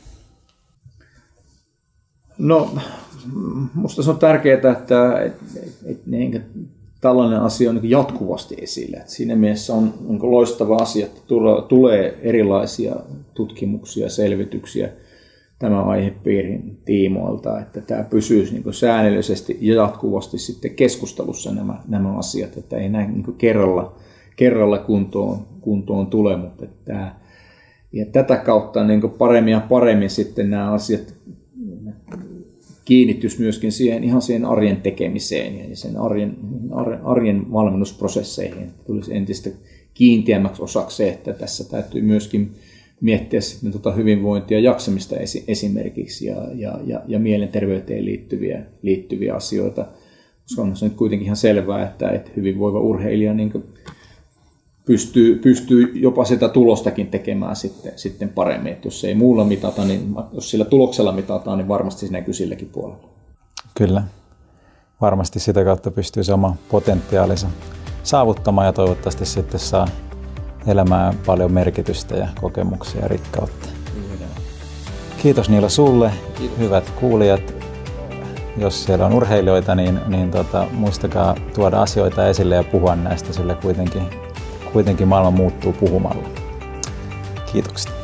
No, musta se on tärkeää, että, että, että niin, tällainen asia on niin jatkuvasti esillä. Että siinä mielessä on niin loistava asia, että tulee erilaisia tutkimuksia ja selvityksiä tämän aihepiirin tiimoilta, että tämä pysyisi niin säännöllisesti ja jatkuvasti sitten keskustelussa nämä, nämä asiat, että ei näin niin kerralla, kerralla kuntoon, kuntoon tule, mutta että, ja tätä kautta niin paremmin ja paremmin sitten nämä asiat kiinnittyisi myöskin siihen, ihan siihen arjen tekemiseen ja sen arjen, arjen valmennusprosesseihin. Tulisi entistä kiinteämmäksi osaksi se, että tässä täytyy myöskin miettiä sitten tuota hyvinvointia ja jaksamista esimerkiksi ja, ja, ja, ja mielenterveyteen liittyviä, liittyviä asioita. Koska on se nyt kuitenkin ihan selvää, että, että hyvinvoiva urheilija niin pystyy, pystyy jopa sitä tulostakin tekemään sitten, sitten paremmin. Että jos ei muulla mitata, niin jos sillä tuloksella mitataan, niin varmasti se näkyy silläkin puolella. Kyllä. Varmasti sitä kautta pystyy se oma potentiaalinsa saavuttamaan ja toivottavasti sitten saa elämään paljon merkitystä ja kokemuksia ja rikkautta. Kiitos Niilo sulle, Kiitos. Hyvät kuulijat. Jos siellä on urheilijoita, niin, niin tota, muistakaa tuoda asioita esille ja puhua näistä, sillä kuitenkin, kuitenkin maailma muuttuu puhumalla. Kiitokset.